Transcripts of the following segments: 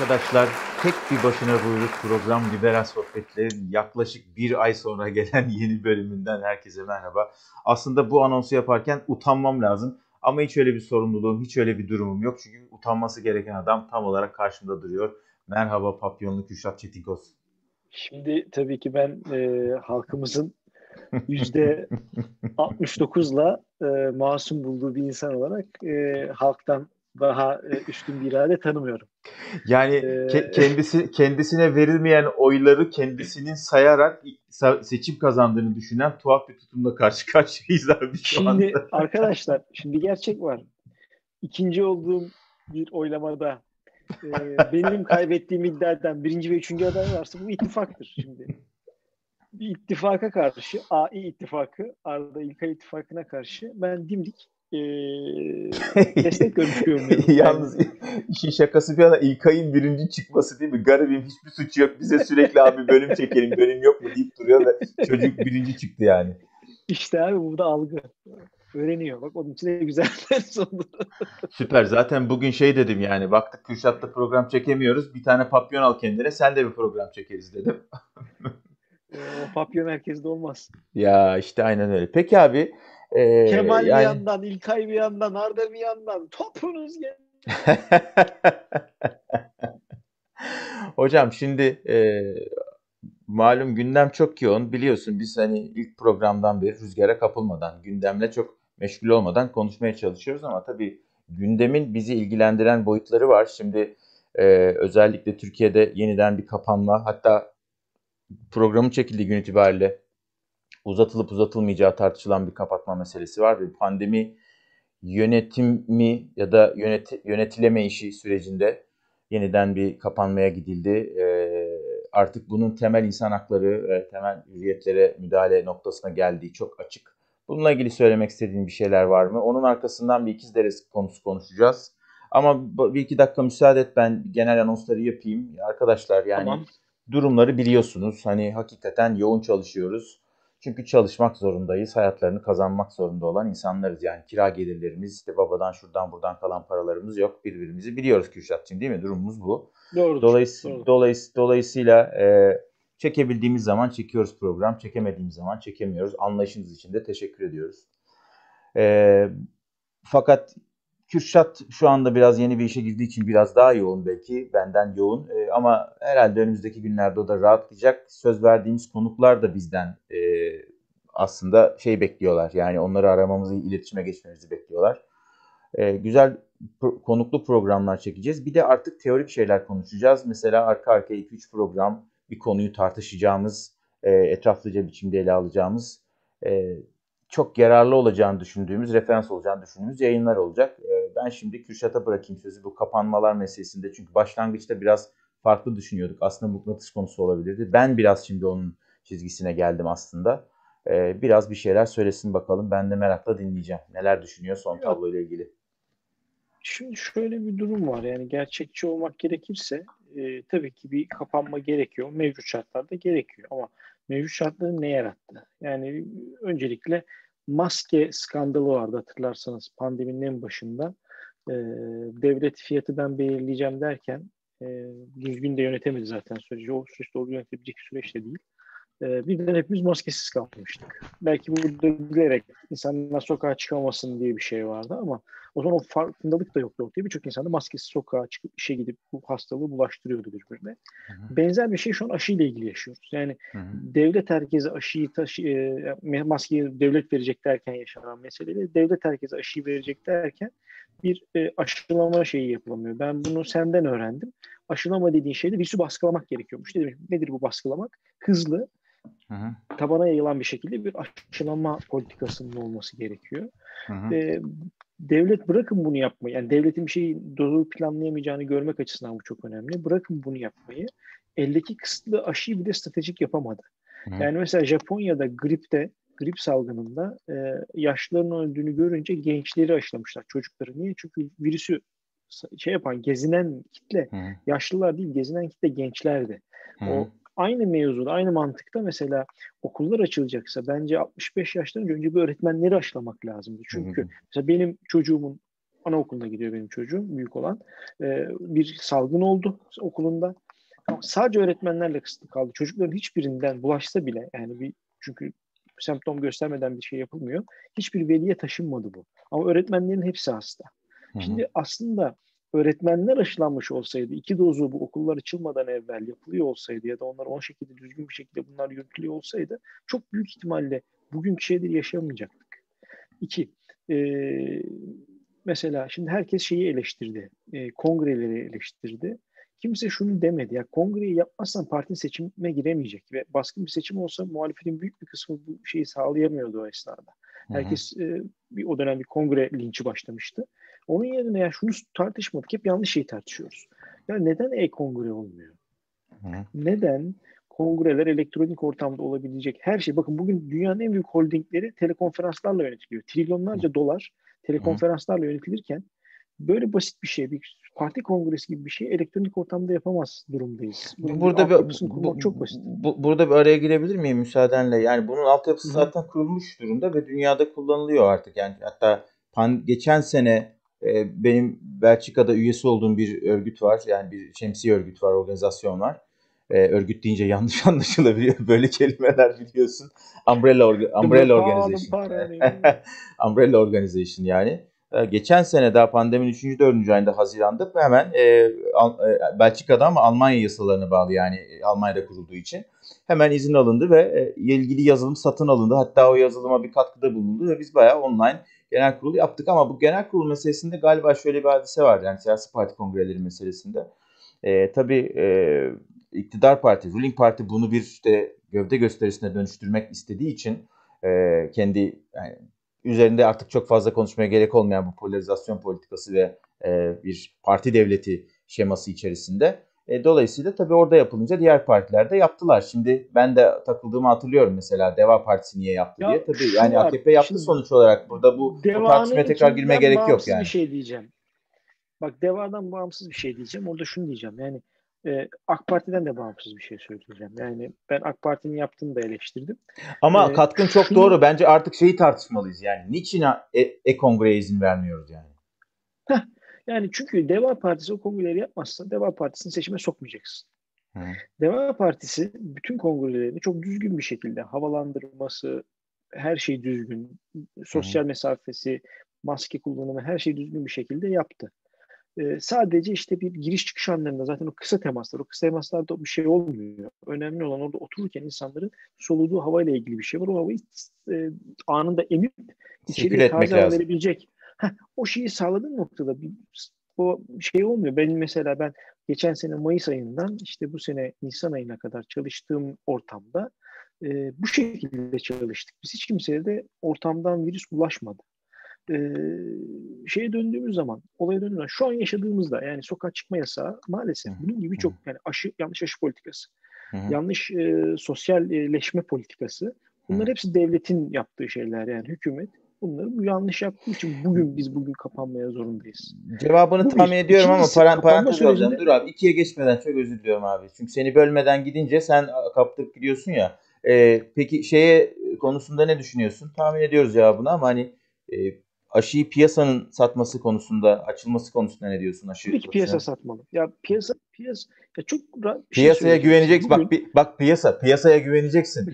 Arkadaşlar tek bir başına buyruk program Liberal Sohbetler'in yaklaşık bir ay sonra gelen yeni bölümünden herkese merhaba. Aslında bu anonsu yaparken utanmam lazım ama hiç öyle bir sorumluluğum, hiç öyle bir durumum yok. Çünkü utanması gereken adam tam olarak karşımda duruyor. Merhaba Papyonlu Kürşat Çetinkoz. Şimdi tabii ki ben halkımızın %69'la masum bulduğu bir insan olarak halktan daha üstün bir irade tanımıyorum. Yani E, kendisine verilmeyen oyları kendisinin sayarak seçim kazandığını düşünen tuhaf bir tutumla karşı karşıyayız abi şu Şimdi anda. arkadaşlar, şimdi gerçek var. İkinci olduğum bir oylamada benim kaybettiğim iddia eden birinci ve üçüncü aday varsa bu ittifaktır. Şimdi bir ittifaka karşı, AI ittifakı, Arda İlkay ittifakına karşı ben dimdik destek görmüş görünüyorum. Yani Yalnız işin şakası bir yana İlkay'ın birinci çıkması değil mi? Garibim hiçbir suçu yok. Bize sürekli abi bölüm çekelim, bölüm yok mu deyip duruyor ve çocuk birinci çıktı yani. işte abi burada algı öğreniyor. Bak onun için de güzel ders oldu. Süper. Zaten bugün şey dedim yani. Baktık Kürşat'la program çekemiyoruz. Bir tane papyon al kendine. Sen de bir program çekeriz dedim. O papyon herkeste olmaz. Ya işte aynen öyle. Peki abi Kemal bir yani yandan, İlkay bir yandan, Arda bir yandan. Topunuz gel. hocam şimdi malum gündem çok yoğun. Biliyorsun biz hani ilk programdan beri rüzgara kapılmadan, gündemle çok meşgul olmadan konuşmaya çalışıyoruz ama tabii gündemin bizi ilgilendiren boyutları var. Şimdi özellikle Türkiye'de yeniden bir kapanma, hatta programın çekildiği gün itibariyle uzatılıp uzatılmayacağı tartışılan bir kapatma meselesi var ve pandemi yönetimi ya da yönetileme işi sürecinde yeniden bir kapanmaya gidildi. Artık bunun temel insan hakları ve temel hürriyetlere müdahale noktasına geldiği çok açık. Bununla ilgili söylemek istediğin bir şeyler var mı? Onun arkasından bir İkizderesi konusu konuşacağız. Ama bir iki dakika müsaade et, ben genel anonsları yapayım. Arkadaşlar yani Tamam. durumları biliyorsunuz. Hani hakikaten yoğun çalışıyoruz. Çünkü çalışmak zorundayız. Hayatlarını kazanmak zorunda olan insanlarız. Yani kira gelirlerimiz, işte babadan şuradan buradan kalan paralarımız yok. Birbirimizi biliyoruz Kürşat'cığım, değil mi? Durumumuz bu. Doğrudur. Doğru. Dolayısıyla çekebildiğimiz zaman çekiyoruz program. Çekemediğimiz zaman çekemiyoruz. Anlayışınız için de teşekkür ediyoruz. E, Fakat Kürşat şu anda biraz yeni bir işe girdiği için biraz daha yoğun, belki benden yoğun. Ama herhalde önümüzdeki günlerde o da rahatlayacak. Söz verdiğimiz konuklar da bizden aslında şey bekliyorlar. Yani onları aramamızı, iletişime geçmemizi bekliyorlar. Güzel konuklu programlar çekeceğiz. Bir de artık teorik şeyler konuşacağız. Mesela arka arkaya 2-3 program bir konuyu tartışacağımız, etraflıca biçimde ele alacağımız, e, çok yararlı olacağını düşündüğümüz, referans olacağını düşündüğümüz yayınlar olacak. Ben şimdi Kürşat'a bırakayım sözü bu kapanmalar meselesinde. Çünkü başlangıçta biraz farklı düşünüyorduk. Aslında mıknatıs konusu olabilirdi. Ben biraz şimdi onun çizgisine geldim aslında. Biraz bir şeyler söylesin bakalım. Ben de merakla dinleyeceğim. Neler düşünüyor son Ya, tabloyla ilgili? şimdi şöyle bir durum var. Yani gerçekçi olmak gerekirse tabii ki bir kapanma gerekiyor. Mevcut şartlarda gerekiyor. Ama mevcut şartları ne yarattı? Yani öncelikle maske skandalı vardı hatırlarsanız pandeminin en başında. E, Devlet fiyatı ben belirleyeceğim derken düzgün de yönetemedi zaten süreci. O süreç doğru yönetebilecek süreç de değil. Birden hepimiz maskesiz kalmıştık. Belki burada bilerek insanlar sokağa çıkamasın diye bir şey vardı ama o zaman o farkındalık da yoktu ortaya. Birçok insan da maskesiz sokağa çıkıp işe gidip bu hastalığı bulaştırıyordu birbirine. Hı hı, Benzer bir şey şu an aşıyla ilgili yaşıyoruz. Yani hı hı, devlet herkese maskeyi devlet verecek derken yaşanan meseleyle devlet herkese aşıyı verecek derken bir aşılama şeyi yapılamıyor. Ben bunu senden öğrendim. Aşılama dediğin şeyde virüsü baskılamak gerekiyormuş. Nedir bu baskılamak? Hızlı, hı hı, tabana yayılan bir şekilde bir aşılama politikasının olması gerekiyor. hı hı. E, Devlet bırakın bunu yapmayı, yani devletin bir şeyi doğru planlayamayacağını görmek açısından bu çok önemli. Bırakın bunu yapmayı. Eldeki kısıtlı aşıyı bir de stratejik yapamadı. Hı. Yani mesela Japonya'da grip salgınında yaşlıların öldüğünü görünce gençleri aşılamışlar, çocukları. Niye? Çünkü virüsü gezinen kitle Hı yaşlılar değil, gezinen kitle gençlerdi. hı, O aynı mevzuda, aynı mantıkta mesela okullar açılacaksa bence 65 yaştan önce bir öğretmenleri aşılamak lazımdı. hı Çünkü hı, mesela benim çocuğumun anaokuluna gidiyor benim çocuğum, büyük olan. Bir salgın oldu okulunda. Ama sadece öğretmenlerle kısıtlı kaldı. Çocukların hiçbirinden bulaşsa bile, yani çünkü semptom göstermeden bir şey yapılmıyor. Hiçbir veliye taşınmadı bu. Ama öğretmenlerin hepsi hasta. Hı hı. Şimdi aslında öğretmenler aşılanmış olsaydı, 2 dozu bu okullar açılmadan evvel yapılıyor olsaydı ya da onlar o şekilde düzgün bir şekilde bunlar yürütülüyor olsaydı çok büyük ihtimalle bugünkü şeyleri yaşamayacaktık. 2. E, Mesela şimdi herkes şeyi eleştirdi. Kongreleri eleştirdi. Kimse şunu demedi. Ya kongreyi yapmazsan parti seçime giremeyecek ve baskın bir seçim olsa muhalefetin büyük bir kısmı bu şeyi sağlayamıyordu o esnada. Hı hı. Herkes o dönem bir kongre linçi başlamıştı. Onun yerine ya şunu tartışmadık. Hep yanlış şeyi tartışıyoruz. Ya neden e-kongre olmuyor? Hı hı. Neden kongreler elektronik ortamda olabilecek her şey? Bakın bugün dünyanın en büyük holdingleri telekonferanslarla yönetiliyor. Trilyonlarca dolar Hı hı. telekonferanslarla yönetilirken böyle basit bir şey, bir parti kongresi gibi bir şey elektronik ortamda yapamaz durumdayız. Bunun bir Burada bir, altyapısını kurmak çok basit. burada bir araya girebilir miyim müsaadenle? Yani bunun Hı altyapısı hı. zaten kurulmuş durumda ve dünyada kullanılıyor artık. Yani hatta geçen sene benim Belçika'da üyesi olduğum bir örgüt var. Yani bir şemsiye örgüt var, organizasyon var. Örgüt deyince yanlış anlaşılabiliyor. Böyle kelimeler biliyorsun. Umbrella Dağılın Organization. paranı. Umbrella Organization yani. Geçen sene daha pandeminin 3. 4. ayında Haziran'da hemen Belçika'da ama Almanya yasalarına bağlı yani Almanya'da kurulduğu için hemen izin alındı ve ilgili yazılım satın alındı. Hatta o yazılıma bir katkıda bulundu ve biz bayağı online genel kurulu yaptık ama bu genel kurul meselesinde galiba şöyle bir hadise var yani siyasi parti kongreleri meselesinde. Tabii iktidar parti, ruling parti bunu bir işte gövde gösterisine dönüştürmek istediği için kendi yani, üzerinde artık çok fazla konuşmaya gerek olmayan bu polarizasyon politikası ve bir parti devleti şeması içerisinde. Dolayısıyla tabii orada yapılınca diğer partiler de yaptılar. Şimdi ben de takıldığımı hatırlıyorum mesela Deva Partisi niye yaptı diye. Ya Tabii şu yani var. AKP yaptı Şimdi sonuç olarak. Burada bu tartışmaya tekrar girmeye Deva'nınkinden gerek yok bağımsız bir yani. şey diyeceğim. Bak Deva'dan bağımsız bir şey diyeceğim. Orada şunu diyeceğim. Yani AK Parti'den de bağımsız bir şey söyleyeceğim. Yani ben AK Parti'nin yaptığını da eleştirdim. Ama katkın çok Şunu doğru. Bence artık şeyi tartışmalıyız yani. Niçin e-kongreye izin vermiyoruz yani? heh, yani çünkü Deva Partisi o kongreleri yapmazsa Deva Partisi'ni seçime sokmayacaksın. Hı Deva Partisi bütün kongrelerini çok düzgün bir şekilde havalandırması, her şey düzgün, hı. sosyal mesafesi, maske kullanımı her şey düzgün bir şekilde yaptı. Sadece işte bir giriş çıkış anlarında zaten o kısa temaslar, o kısa temaslarda bir şey olmuyor. Önemli olan orada otururken insanların soluduğu havayla ilgili bir şey var. O havayı anında emip Sirküle içeriye etmek taze hava lazım. verebilecek. O şeyi sağladığın noktada o şey olmuyor. Ben geçen sene Mayıs ayından işte bu sene Nisan ayına kadar çalıştığım ortamda bu şekilde çalıştık. Biz hiç kimseye de ortamdan virüs bulaşmadı. Ee, Şeye döndüğümüz zaman, olaya döndüğümüz zaman şu an yaşadığımızda yani sokağa çıkma yasağı Hı maalesef bunun gibi hı. çok yani yanlış aşı politikası, Hı hı. yanlış sosyalleşme politikası Hı hı. bunlar hepsi devletin yaptığı şeyler yani hükümet bunları bu yanlış yaptığı için biz bugün kapanmaya zorundayız. Cevabını Bu tahmin bir. ediyorum ama İkincisi kapanma parantez alacağım. sürecinde Dur abi ikiye geçmeden çok özür diliyorum abi. Çünkü seni bölmeden gidince sen kaptırıp gidiyorsun ya. Peki konusunda ne düşünüyorsun? Tahmin ediyoruz cevabını ama hani e, aşıyı piyasanın satması konusunda, açılması konusunda ne diyorsun aşı tabii ki piyasa konusunda? satmalı. Ya piyasa ya çok rahat bir şey Piyasaya söyleyeceğim size. güveneceksin. Bugün Bak piyasaya güveneceksin.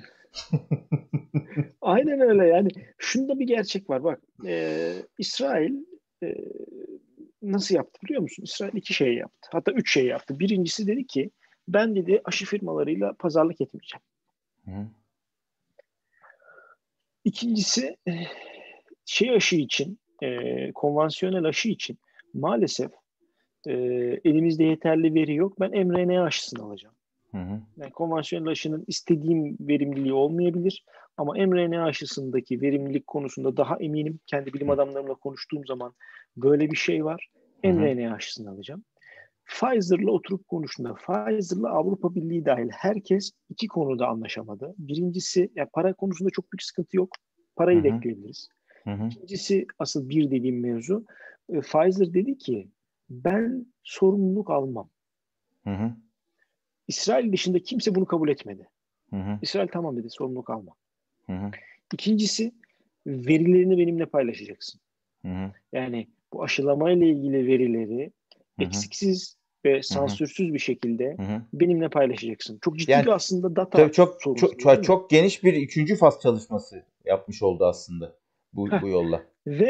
aynen öyle yani. Şunda bir gerçek var bak. İsrail e, nasıl yaptı biliyor musun? İsrail 2 şey yaptı. Hatta 3 şey yaptı. Birincisi dedi ki ben dedi aşı firmalarıyla pazarlık etmeyeceğim. Hı İkincisi şey aşı için konvansiyonel aşı için maalesef e, elimizde yeterli veri yok. Ben mRNA aşısını alacağım. hı. Hı. Yani konvansiyonel aşının istediğim verimliliği olmayabilir. Ama mRNA aşısındaki verimlilik konusunda daha eminim. Kendi bilim adamlarımla konuştuğum zaman böyle bir şey var. Hı hı. mRNA aşısını alacağım. Pfizer'la oturup konuştuğunda, Pfizer'la Avrupa Birliği dahil herkes 2 konuda anlaşamadı. Birincisi, ya para konusunda çok büyük sıkıntı yok. Hı Parayı da hı. ekleyebiliriz. Hı hı. İkincisi, asıl bir dediğim mevzu, Pfizer dedi ki, ben sorumluluk almam. Hı hı. İsrail dışında kimse bunu kabul etmedi. Hı hı. İsrail tamam dedi, sorumluluk alma. Hı hı. İkincisi, verilerini benimle paylaşacaksın. Hı hı. Yani bu aşılamayla ilgili verileri Hı hı. eksiksiz ve Hı hı. sansürsüz bir şekilde Hı hı. benimle paylaşacaksın. Çok ciddi Yani bir aslında tabii data çok sorusu çok bu, değil mi? çok geniş bir üçüncü faz çalışması yapmış oldu aslında Heh. bu yolla.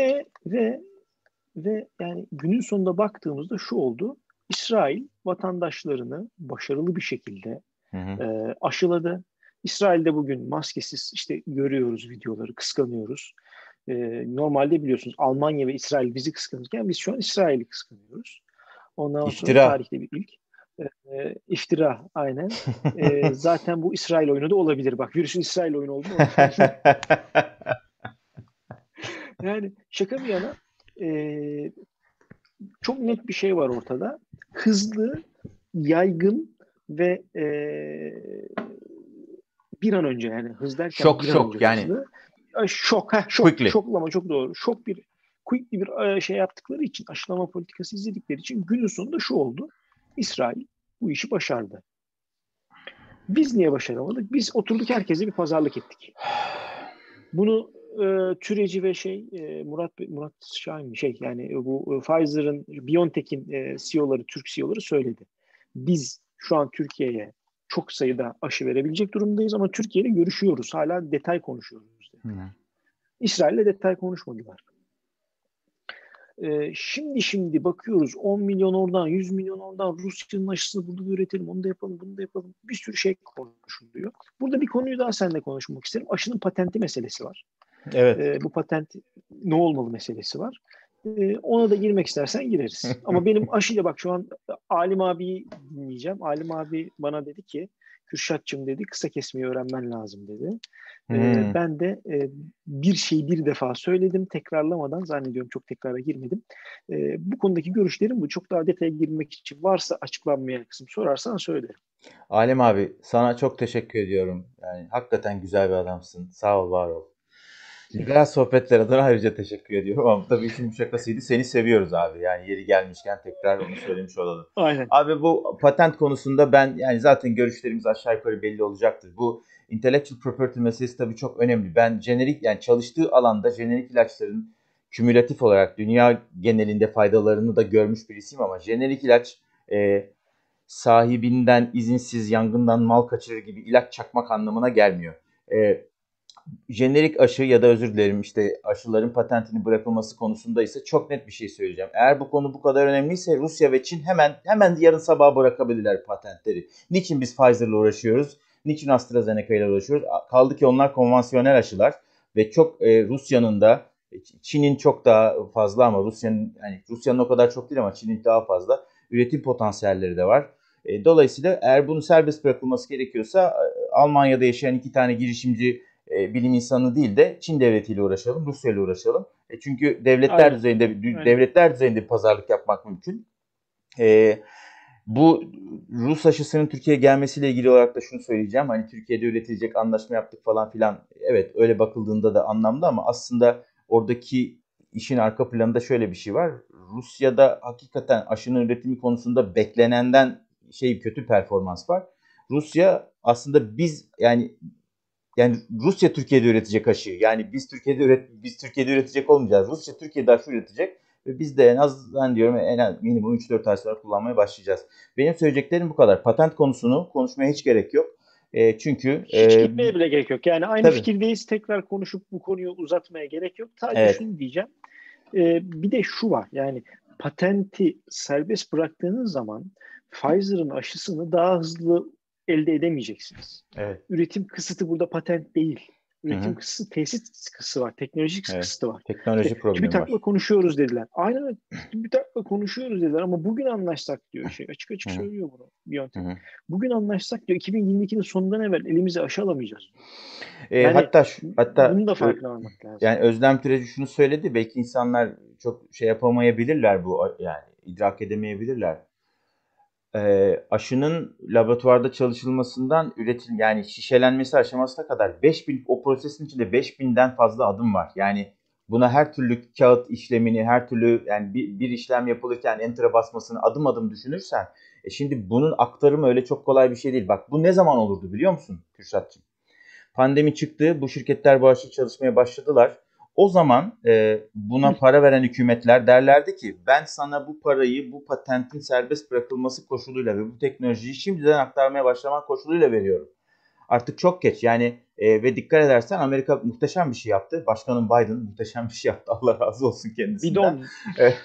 Ve yani günün sonunda baktığımızda şu oldu. İsrail vatandaşlarını başarılı bir şekilde Hı hı. aşıladı. İsrail'de bugün maskesiz işte görüyoruz videoları, kıskanıyoruz. Normalde biliyorsunuz Almanya ve İsrail bizi kıskanırken biz şu an İsrail'i kıskanıyoruz. Ondan sonra İftira. tarihte bir ilk. İftira aynen. Zaten bu İsrail oyunu da olabilir. Bak virüsün İsrail oyunu olduğunu unutmayın. Yani şaka bir yana e, çok net bir şey var ortada. Hızlı, yaygın ve bir an önce yani hız derken Şok bir an önce şok yani hızlı. Şok, quickly. şoklama çok doğru. Quick bir şey yaptıkları için, aşılama politikası izledikleri için günün sonunda şu oldu. İsrail bu işi başardı. Biz niye başaramadık? Biz oturduk herkese bir pazarlık ettik. Bunu Türeci ve Murat Şahin yani bu Pfizer'ın BioNTech'in CEO'ları Türk CEO'ları söyledi. Biz şu an Türkiye'ye çok sayıda aşı verebilecek durumdayız ama Türkiye ile görüşüyoruz. Hala detay konuşuyoruz dedi. Hı. İsrail'le detay konuşmadılar. Şimdi bakıyoruz 10 milyon oradan 100 milyon oradan Rusya'nın aşısını burada üretelim onu da yapalım bunu da yapalım bir sürü şey konuşuluyor. Burada bir konuyu daha seninle konuşmak isterim. Aşının patenti meselesi var. Evet. Bu patent ne olmalı meselesi var. Ona da girmek istersen gireriz. Ama benim aşıyla bak şu an Alim abiyi dinleyeceğim. Alim abi bana dedi ki Kürşatçım dedi kısa kesmeyi öğrenmen lazım dedi. Hı. Ben de bir şeyi bir defa söyledim tekrarlamadan zannediyorum çok tekrara girmedim. Bu konudaki görüşlerim bu. Çok daha detaya girmek için varsa açıklanmayan kısım sorarsan söylerim. Alem abi sana çok teşekkür ediyorum. Yani hakikaten güzel bir adamsın. Sağ ol, var ol. Güzel sohbetler adına ayrıca teşekkür ediyorum ama tabii işin bu şakasıydı. Seni seviyoruz abi. Yani yeri gelmişken tekrar onu söylemiş olalım. Aynen. Abi bu patent konusunda ben yani zaten görüşlerimiz aşağı yukarı belli olacaktır. Bu intellectual property meselesi tabii çok önemli. Ben jenerik yani çalıştığı alanda jenerik ilaçların kümülatif olarak dünya genelinde faydalarını da görmüş birisiyim ama jenerik ilaç sahibinden izinsiz yangından mal kaçırır gibi ilaç çakmak anlamına gelmiyor. E, Jenerik aşı ya da özür dilerim işte aşıların patentinin bırakılması konusunda ise çok net bir şey söyleyeceğim. Eğer bu konu bu kadar önemliyse Rusya ve Çin hemen yarın sabah bırakabilirler patentleri. Niçin biz Pfizer'la uğraşıyoruz? Niçin AstraZeneca ile uğraşıyoruz? Kaldı ki onlar konvansiyonel aşılar ve çok Rusya'nın da Çin'in çok daha fazla ama Rusya'nın o kadar çok değil ama Çin'in daha fazla üretim potansiyelleri de var. Dolayısıyla eğer bunun serbest bırakılması gerekiyorsa Almanya'da yaşayan 2 tane girişimci bilim insanı değil de Çin devletiyle uğraşalım, Rusya ile uğraşalım. Çünkü Aynen. Aynen. devletler düzeyinde bir pazarlık yapmak mümkün. E, Bu Rus aşısının Türkiye'ye gelmesiyle ilgili olarak da şunu söyleyeceğim. Hani Türkiye'de üretilecek anlaşma yaptık falan filan. Evet öyle bakıldığında da anlamlı ama aslında oradaki işin arka planında şöyle bir şey var. Rusya'da hakikaten aşının üretimi konusunda beklenenden kötü performans var. Rusya aslında yani Rusya Türkiye'de üretecek aşıyı. Yani biz Türkiye'de üretecek olmayacağız. Rusya Türkiye'de aşı üretecek ve biz de en az ben diyorum en az minimum 3-4 ay sonra kullanmaya başlayacağız. Benim söyleyeceklerim bu kadar. Patent konusunu konuşmaya hiç gerek yok. Çünkü Hiç gitmeye bile gerek yok. Yani aynı tabii fikirdeyiz. Tekrar konuşup bu konuyu uzatmaya gerek yok. Sadece evet. şunu diyeceğim. Bir de şu var. Yani patenti serbest bıraktığınız zaman Pfizer'ın aşısını daha hızlı elde edemeyeceksiniz. Evet. Üretim kısıtı burada patent değil. Hı Üretim hı. kısıtı, tesis kısıtı var. Teknolojik Evet. kısıtı var. İşte Teknoloji problemi TÜBİTAK'la var. konuşuyoruz dediler. Aynen öyle. TÜBİTAK'la konuşuyoruz dediler ama bugün anlaşsak diyor Açık Hı açık hı. söylüyor bunu Hı BioNTech. hı. Bugün anlaşsak diyor 2022'nin sonundan evvel elimize aşı alamayacağız. Yani Hatta bunun da farkına varmak lazım. yani Özlem Türeci şunu söyledi. Belki insanlar çok yapamayabilirler yani idrak edemeyebilirler. Aşının laboratuvarda çalışılmasından yani şişelenmesi aşamasına kadar 5000 o prosesin içinde 5000'den fazla adım var. Yani buna her türlü kağıt işlemini, her türlü yani bir işlem yapılırken enter'a basmasını adım adım düşünürsen şimdi bunun aktarımı öyle çok kolay bir şey değil. Bak bu ne zaman olurdu biliyor musun Kürşatçığım? Pandemi çıktı. Bu şirketler bu aşıyı çalışmaya başladılar. O zaman buna para veren hükümetler derlerdi ki ben sana bu parayı bu patentin serbest bırakılması koşuluyla ve bu teknolojiyi şimdiden aktarmaya başlamak koşuluyla veriyorum. Artık çok geç yani ve dikkat edersen Amerika muhteşem bir şey yaptı. Başkanın Biden muhteşem bir şey yaptı. Allah razı olsun kendisinden. Bidon.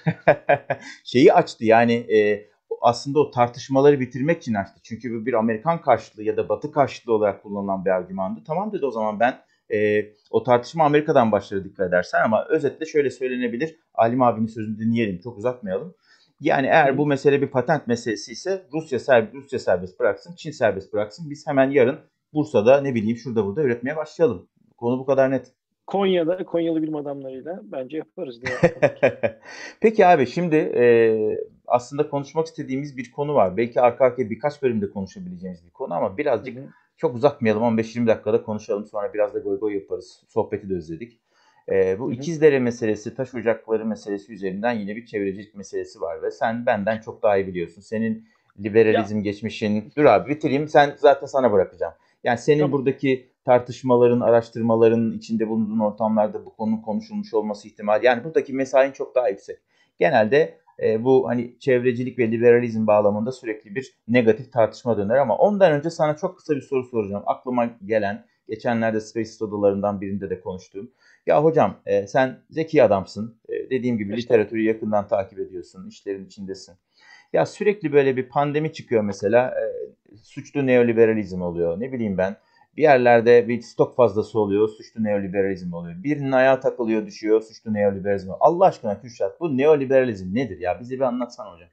Şeyi açtı yani aslında o tartışmaları bitirmek için açtı. Çünkü bu bir Amerikan karşıtlığı ya da Batı karşıtlığı olarak kullanılan bir argümandı. Tamam dedi o zaman ben o tartışma Amerika'dan başladı dikkat edersen ama özetle şöyle söylenebilir. Alim abinin sözünü dinleyelim çok uzatmayalım. Yani eğer bu mesele bir patent meselesi ise Rusya serbest bıraksın, Çin serbest bıraksın. Biz hemen yarın Bursa'da ne bileyim şurada burada üretmeye başlayalım. Konu bu kadar net. Konya'da Konyalı bilim adamlarıyla bence yaparız. Niye yapmadık ki? Peki abi şimdi aslında konuşmak istediğimiz bir konu var. Belki arka arkaya birkaç bölümde konuşabileceğimiz bir konu ama Hı birazcık hı, çok uzatmayalım. 15-20 dakikada konuşalım. Sonra biraz da goy goy yaparız. Sohbeti de özledik. hı Bu hı. İkizdere meselesi, taş ocakları meselesi üzerinden yine bir çevrecilik meselesi var ve sen benden çok daha iyi biliyorsun. Senin Ya liberalizm geçmişin. Dur abi bitireyim. Sen zaten sana bırakacağım. Yani senin tamam. buradaki tartışmaların, araştırmaların içinde bulunduğun ortamlarda bu konunun konuşulmuş olması ihtimali. Yani buradaki mesain çok daha yüksek. Genelde bu hani çevrecilik ve liberalizm bağlamında sürekli bir negatif tartışma döner ama ondan önce sana çok kısa bir soru soracağım. Aklıma gelen, geçenlerde Space odalarından birinde de konuştuğum. Ya hocam sen zeki adamsın. Dediğim gibi Estağfurullah. literatürü yakından takip ediyorsun, işlerin içindesin. Ya sürekli böyle bir pandemi çıkıyor mesela. Suçlu neoliberalizm oluyor. Ne bileyim ben. Bir yerlerde bir stok fazlası oluyor. Suçlu neoliberalizm oluyor. Birinin ayağı takılıyor düşüyor. Suçlu neoliberalizm oluyor. Allah aşkına Kürşat bu neoliberalizm nedir ya? Bize bir anlatsana hocam.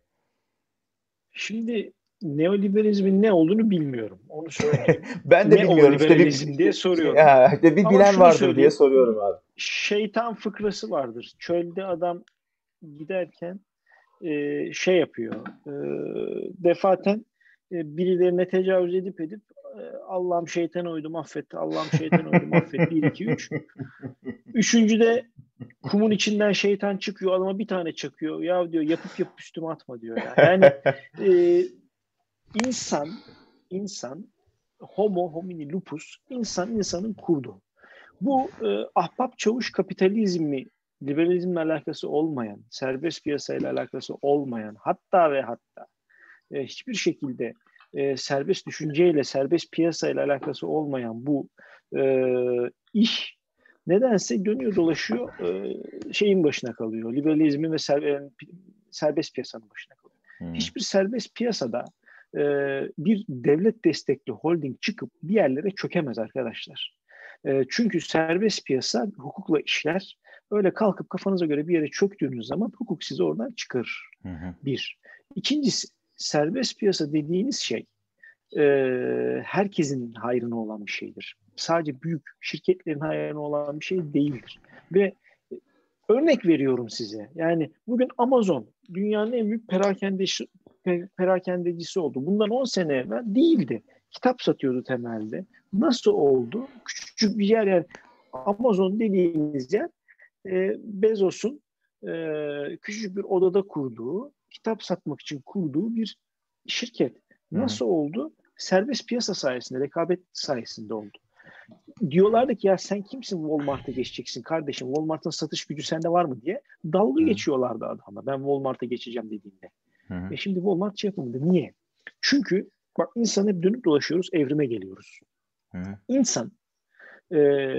Şimdi neoliberalizmin ne olduğunu bilmiyorum. Onu söyleyeyim. Ben de Ne o bilmiyorum. İşte liberalizm diye soruyorum. işte bir Ama bilen şunu vardır diye söyleyeyim. soruyorum abi. Şeytan fıkrası vardır. Çölde adam giderken şey yapıyor. Defaten birilerine tecavüz edip Allah'ım şeytana uydum affet. Allah'ım şeytana uydum affet. Bir, iki, üç. Üçüncüde kumun içinden şeytan çıkıyor. Adama bir tane çakıyor. Ya diyor yapıp üstüme atma diyor ya. Yani e, insan insan homo homini lupus insanın kurdu. Bu ahbap çavuş kapitalizmi liberalizmle alakası olmayan, serbest piyasayla alakası olmayan, hatta ve hatta hiçbir şekilde serbest düşünceyle, serbest piyasayla alakası olmayan bu e, iş nedense dönüyor dolaşıyor şeyin başına kalıyor. Liberalizmin ve serbest piyasanın başına kalıyor. Hmm. Hiçbir serbest piyasada e, bir devlet destekli holding çıkıp bir yerlere çökemez arkadaşlar. Çünkü serbest piyasa hukukla işler. Öyle kalkıp kafanıza göre bir yere çöktüğünüz zaman hukuk sizi oradan çıkarır. Hı hı. Bir. İkincisi, serbest piyasa dediğiniz şey e, herkesin hayrına olan bir şeydir. Sadece büyük şirketlerin hayrına olan bir şey değildir. Ve örnek veriyorum size. Yani bugün Amazon dünyanın en büyük perakendecisi oldu. Bundan 10 sene evvel değildi. Kitap satıyordu temelde. Nasıl oldu? Küçük bir yer yani Amazon dediğiniz yer Bezos'un küçücük bir odada kurduğu, kitap satmak için kurduğu bir şirket. Hı hı. Nasıl oldu? Serbest piyasa sayesinde, rekabet sayesinde oldu. Diyorlardı ki ya sen kimsin Walmart'a geçeceksin kardeşim? Walmart'ın satış gücü sende var mı diye. Dalga Hı geçiyorlardı adamla. Ben Walmart'a geçeceğim dediğinde. hı. Şimdi Walmart şey yapamadı. Niye? Çünkü bak insan hep dönüp dolaşıyoruz, evrime geliyoruz. Hı hı. İnsan e,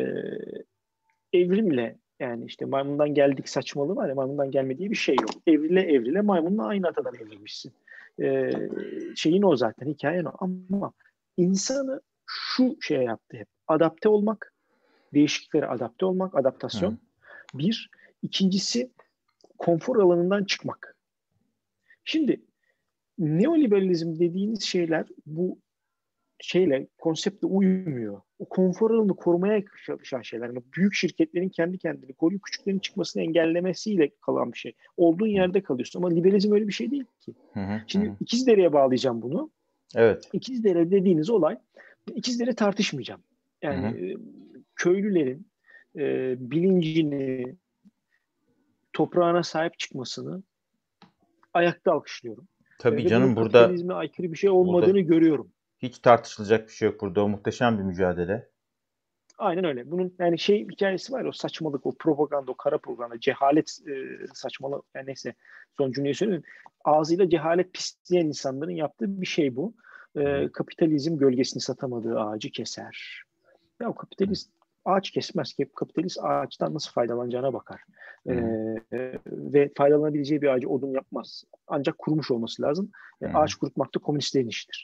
evrimle yani işte maymundan geldik saçmalığı var ya maymundan gelme diye bir şey yok. Evrile maymunla aynı atadan evrilmişsin. Ee, Şeyin o zaten hikayen o ama insanı şu şeye yaptı hep adapte olmak, değişikliklere adapte olmak, Hı adaptasyon. Bir. İkincisi konfor alanından çıkmak. Şimdi neoliberalizm dediğiniz şeyler bu konseptle uymuyor. O konfor alanını korumaya çalışan şeyler. Yani büyük şirketlerin kendi kendini koruyup küçüklerin çıkmasını engellemesiyle kalan bir şey. Olduğun hı. yerde kalıyorsun. Ama liberalizm öyle bir şey değil ki. Hı hı. Hı Şimdi hı. İkizdere'ye bağlayacağım bunu. Evet. İkizdere dediğiniz olay, İkizdere tartışmayacağım. Hı hı. Yani köylülerin bilincini, toprağına sahip çıkmasını ayakta alkışlıyorum. Tabii Ve bunun canım burada kapitalizme aykırı bir şey burada olmadığını görüyorum. hiç tartışılacak bir şey yok burada. O muhteşem bir mücadele. Aynen öyle. Bunun yani şey hikayesi var ya, o saçmalık, o propaganda, o kara propaganda, cehalet saçmalık, yani neyse son cümleyi söyleyeyim. Ağzıyla cehalet pisleyen insanların yaptığı bir şey bu. Kapitalizm gölgesini satamadığı ağacı keser. Ya kapitalist ağaç kesmez ki. Kapitalist ağaçtan nasıl faydalanacağına bakar. Ve faydalanabileceği bir ağacı odun yapmaz. Ancak kurumuş olması lazım. Ağaç kurutmak da komünistlerin işidir.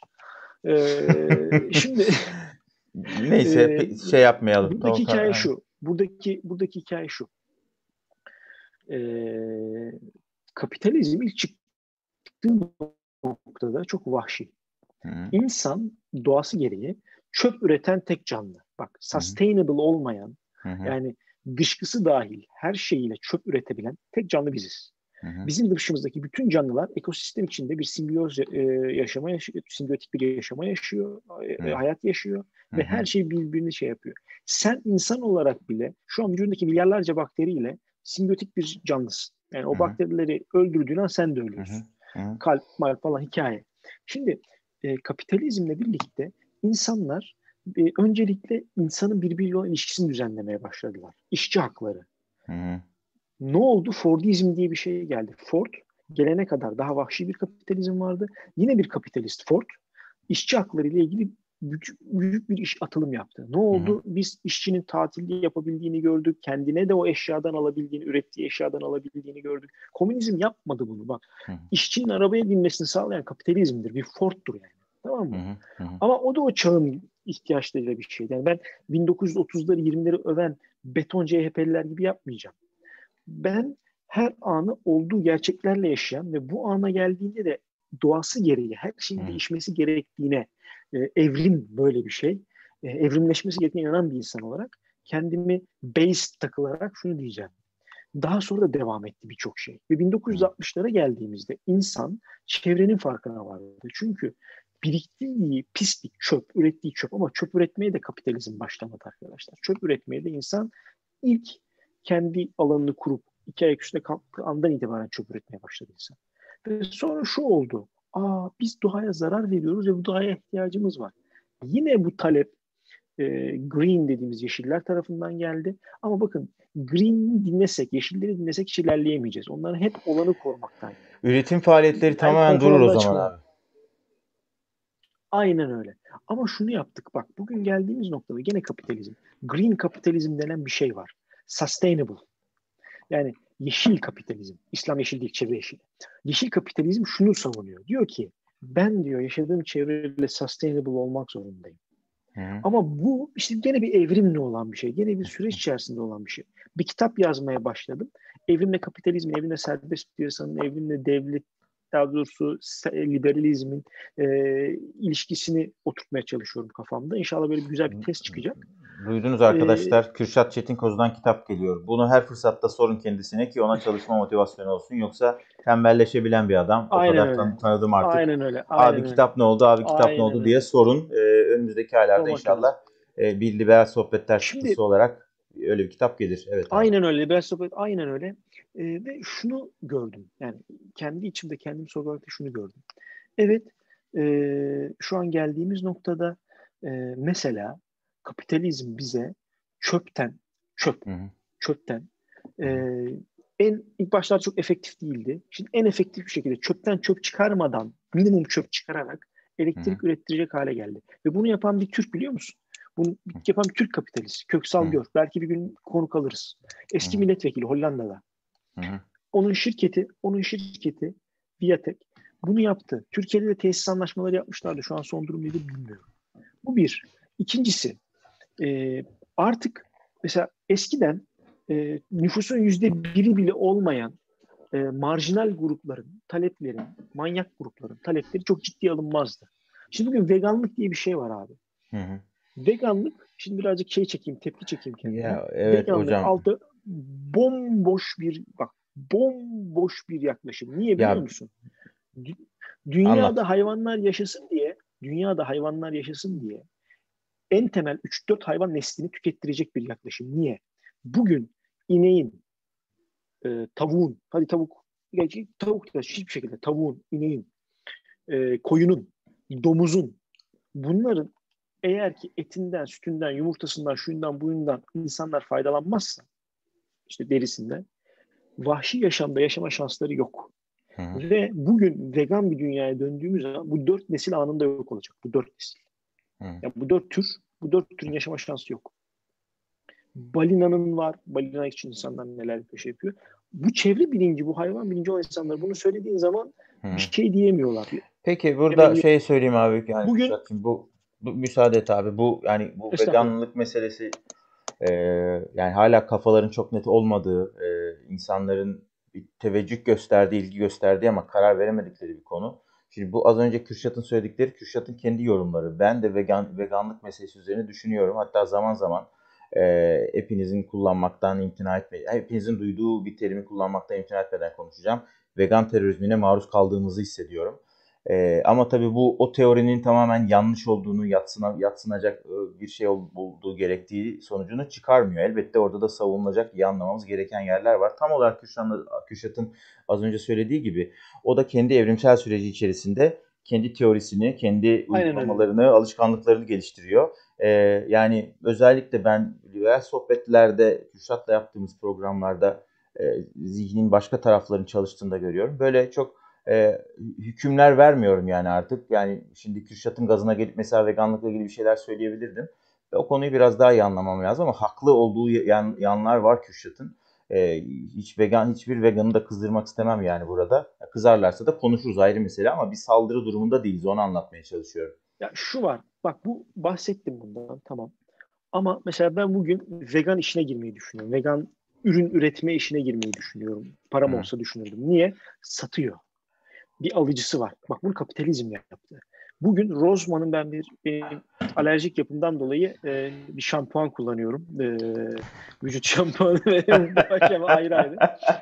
Şimdi Neyse şey yapmayalım. buradaki hikaye şu. Buradaki hikaye şu. Kapitalizm ilk çıktığı noktada çok vahşi. İnsan doğası gereği çöp üreten tek canlı. Bak, sustainable olmayan, yani dışkısı dahil her şeyiyle çöp üretebilen tek canlı biziz. Bizim dışımızdaki bütün canlılar ekosistem içinde bir simbiyoz yaşama yaşıyor, simbiyotik bir yaşama yaşıyor, hayat yaşıyor ve her şey birbirini şey yapıyor. Sen insan olarak bile şu an vücudundaki milyarlarca bakteriyle simbiyotik bir canlısın. Yani o bakterileri öldürdüğün an sen de ölüyorsun. Kalp, malp falan hikaye. Şimdi kapitalizmle birlikte insanlar öncelikle insanın birbiriyle olan ilişkisini düzenlemeye başladılar. İşçi hakları. Ne oldu? Fordizm diye bir şey geldi. Ford gelene kadar daha vahşi bir kapitalizm vardı. Yine bir kapitalist Ford işçi hakları ile ilgili büyük bir iş atılım yaptı. Ne oldu? Biz işçinin tatilli yapabildiğini gördük. Kendine de o eşyadan alabildiğini, ürettiği eşyadan alabildiğini gördük. Komünizm yapmadı bunu bak. İşçinin arabaya binmesini sağlayan kapitalizmdir. Bir Ford'dur yani. Tamam mı? Ama o da o çağın ihtiyaçlarıyla bir şey. Yani ben 1930'ları 20'leri öven beton CHP'liler gibi yapmayacağım. Ben her anı olduğu gerçeklerle yaşayan ve bu ana geldiğinde de doğası gereği her şeyin değişmesi gerektiğine, evrim böyle bir şey, evrimleşmesi gerektiğine inanan bir insan olarak kendimi base takılarak şunu diyeceğim. Daha sonra da devam etti birçok şey. Ve 1960'lara geldiğimizde insan çevrenin farkına vardı. Çünkü biriktirdiği pislik, çöp, ürettiği çöp, ama çöp üretmeye de kapitalizm başlamadı arkadaşlar. Çöp üretmeye de insan ilk kendi alanını kurup 2 ayak üstüne kalktığı andan itibaren çöp üretmeye başladı insan. Ve sonra şu oldu. Biz doğaya zarar veriyoruz ve bu doğaya ihtiyacımız var. Yine bu talep green dediğimiz yeşiller tarafından geldi. Ama bakın, green'i dinlesek, yeşilleri dinlesek hiç ilerleyemeyeceğiz. Onların hep olanı korumaktan. Üretim faaliyetleri Yani tamamen konfor durur o alanından zaman çıkmamak. abi. Aynen öyle. Ama şunu yaptık bak, bugün geldiğimiz noktada gene kapitalizm. Green kapitalizm denen bir şey var. Sustainable. Yani yeşil kapitalizm. İslam yeşil değil, çevre yeşil. Yeşil kapitalizm şunu savunuyor. Diyor ki ben diyor yaşadığım çevreyle sustainable olmak zorundayım. Ama bu işte gene bir evrimle olan bir şey. Gene bir süreç içerisinde olan bir şey. Bir kitap yazmaya başladım. Evrimle kapitalizmin, evrimle serbest piyasanın, evrimle devlet, daha doğrusu liberalizmin ilişkisini oturtmaya çalışıyorum kafamda. İnşallah böyle güzel bir test çıkacak. Duydunuz arkadaşlar. Kürşat Çetinkoz'dan kitap geliyor. Bunu her fırsatta sorun kendisine ki ona çalışma motivasyonu olsun. Yoksa tembelleşebilen bir adam. O Aynen kadar öyle. tanıdım artık. Aynen öyle. Abi Aynen öyle. kitap ne oldu? Abi kitap ne Aynen oldu diye öyle. sorun. Önümüzdeki aylarda Sormak lazım. inşallah bir liberal sohbetler Şimdi çıktısı olarak öyle bir kitap gelir. Evet abi. aynen öyle. Ben sohbet aynen öyle. Ve şunu gördüm. Yani kendi içimde kendimi sorgulamakta şunu gördüm. Evet, şu an geldiğimiz noktada mesela kapitalizm bize çöpten, çöpten ilk başlar çok efektif değildi. Şimdi en efektif bir şekilde çöpten çöp çıkarmadan minimum çöp çıkararak elektrik ürettirecek hale geldi. Ve bunu yapan bir Türk, biliyor musun? Bunu yapan bir Türk kapitalist. Köksal Gör. Belki bir gün konuk alırız. Eski milletvekili Hollanda'da. Onun şirketi Viatek bunu yaptı. Türkiye'de de tesis anlaşmaları yapmışlardı. Şu an son durum nedir bilmiyorum. Bu bir. İkincisi, artık mesela eskiden nüfusun %1'i bile olmayan marjinal grupların talepleri, manyak grupların talepleri çok ciddiye alınmazdı. Şimdi bugün veganlık diye bir şey var abi. Veganlık, şimdi birazcık tepki çekeyim kendime. Ya, evet Veganlık hocam. altı bomboş bir yaklaşım. Niye biliyor Ya musun? anlat. Dünyada hayvanlar yaşasın diye en temel 3-4 hayvan neslini tükettirecek bir yaklaşım. Niye? Bugün ineğin, tavuğun, hadi tavuk da hiçbir şekilde tavuğun, ineğin, koyunun, domuzun, bunların eğer ki etinden, sütünden, yumurtasından, şundan, buyundan insanlar faydalanmazsa, işte derisinden, vahşi yaşamda yaşama şansları yok. Hı hı. Ve bugün vegan bir dünyaya döndüğümüz zaman bu 4 nesil anında yok olacak. Bu 4 nesil. Hı. Yani bu 4 türün yaşama şansı yok. Balinanın var. Balina için insanlar neler yapıyor. Bu çevre bilinci, bu hayvan bilinci olan insanlar bunu söylediğin zaman bir Hı. şey diyemiyorlar. Peki burada Demeli. şey söyleyeyim abi, yani Bugün Kürşat'cığım, bu müsaade et abi, bu yani bu estağfurullah. veganlık meselesi, yani hala kafaların çok net olmadığı, insanların bir teveccüh gösterdiği, ilgi gösterdiği ama karar veremedikleri bir konu. Şimdi bu az önce Kürşat'ın söyledikleri, Kürşat'ın kendi yorumları. Ben de veganlık meselesi üzerine düşünüyorum. Hatta zaman zaman hepinizin kullanmaktan imtina etmeyi, hepinizin duyduğu bir terimi kullanmaktan imtina etmeden konuşacağım. Vegan terörizmine maruz kaldığımızı hissediyorum. Ama tabii bu o teorinin tamamen yanlış olduğunu, yadsınacak bir şey olduğu gerektiği sonucunu çıkarmıyor. Elbette orada da savunulacak, iyi anlamamız gereken yerler var. Tam olarak Kürşat'ın az önce söylediği gibi, o da kendi evrimsel süreci içerisinde kendi teorisini, kendi Aynen öyle. uygulamalarını, alışkanlıklarını geliştiriyor. Yani özellikle ben liberal sohbetlerde, Kürşat'la yaptığımız programlarda zihnin başka taraflarını çalıştığını da görüyorum. Böyle çok hükümler vermiyorum yani artık. Yani şimdi Kürşat'ın gazına gelip mesela veganlıkla ilgili bir şeyler söyleyebilirdim. Ve o konuyu biraz daha iyi anlamam lazım, ama haklı olduğu yanlar var Kürşat'ın. Hiçbir veganı da kızdırmak istemem yani burada. Kızarlarsa da konuşuruz, ayrı mesele, ama bir saldırı durumunda değiliz. Onu anlatmaya çalışıyorum. Ya şu var. Bak bu bahsettim bundan. Tamam. Ama mesela ben bugün vegan işine girmeyi düşünüyorum. Vegan ürün üretme işine girmeyi düşünüyorum. Param Hı. olsa düşünürdüm. Niye? Satıyor. Bir alıcısı var. Bak bunu kapitalizm yaptı. Bugün Rossmann'ın benim alerjik yapımdan dolayı bir şampuan kullanıyorum. Vücut şampuanı ve bu aşama ayrı ayrı.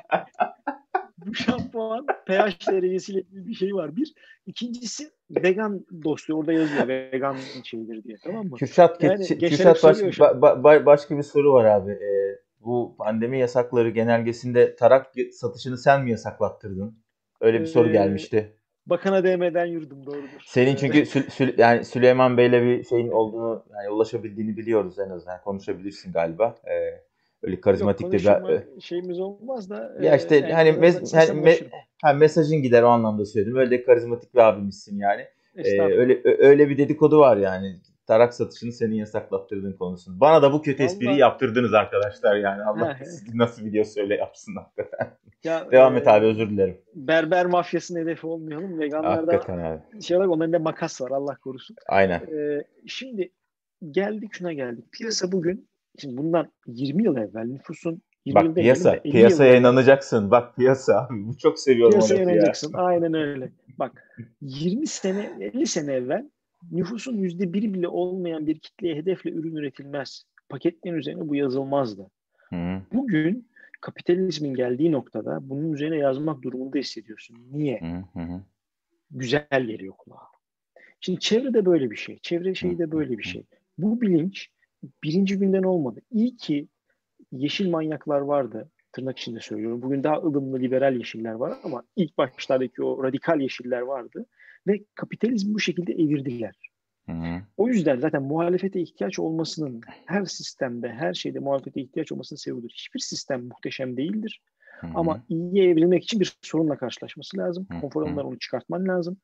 Bu şampuan pH derecesiyle ilgili bir şey var. Bir. İkincisi vegan dostu. Orada yazıyor vegan şeydir diye. Tamam mı? Yani gençler hep Kürşat, soruyor şimdi. başka bir soru var abi. Bu pandemi yasakları genelgesinde tarak satışını sen mi yasaklattırdın? Öyle bir soru Ee, gelmişti. Bakana değmeden yürüdüm doğrudur. Senin çünkü yani Süleyman Bey'le bir şeyin olduğunu, yani ulaşabildiğini biliyoruz en azından. Konuşabilirsin galiba. Öyle Yok karizmatik de konuşma bir... şeyimiz olmaz da Ya işte yani hani aranızda istesem ulaşırım. mesajın gider, o anlamda söyledim. Öyle de karizmatik bir abimizsin yani. Estağfurullah. Öyle bir dedikodu var yani. Tarak satışını senin yasaklattırdığın konusunda. Bana da bu kötü espriyi Valla yaptırdınız arkadaşlar yani. Allah siz nasıl biliyorsa öyle yapsın hakikaten. ya Devam et abi, özür dilerim. berber mafyasının hedefi olmayalım. Veganlarda Hakikaten abi. şey olarak onların da makas var Allah korusun. Aynen. Şimdi geldik şuna geldik. Piyasa bugün şimdi bundan 20 yıl evvel nüfusun 20 yıl Bak demeyelim de 50 yıl piyasaya evvel inanacaksın. Bak piyasa. Bu çok seviyorum o piyasaya lafı ya. inanacaksın. Aynen öyle. Bak 20 sene 50 sene evvel nüfusun %1'i bile olmayan bir kitleye hedefle ürün üretilmez. Paketlerin üzerine bu yazılmazdı. Hı Bugün kapitalizmin geldiği noktada bunun üzerine yazmak durumunda hissediyorsun. Niye? hı hı Güzel geliyor kulağa. Şimdi çevre de böyle bir şey. Çevre hı şeyi de böyle bir hı şey. Bu bilinç birinci günden olmadı. İyi ki yeşil manyaklar vardı. Tırnak içinde söylüyorum. Bugün daha ılımlı liberal yeşiller var ama ilk başlardaki o radikal yeşiller vardı. Ve kapitalizmi bu şekilde evirdiler. hı O yüzden zaten muhalefete ihtiyaç olmasının her sistemde, her şeyde muhalefete ihtiyaç olmasının sebebidir. Hiçbir sistem muhteşem değildir. hı Ama iyiye evrilmek için bir sorunla karşılaşması lazım. hı Konfor hı. alanından onu çıkartman lazım.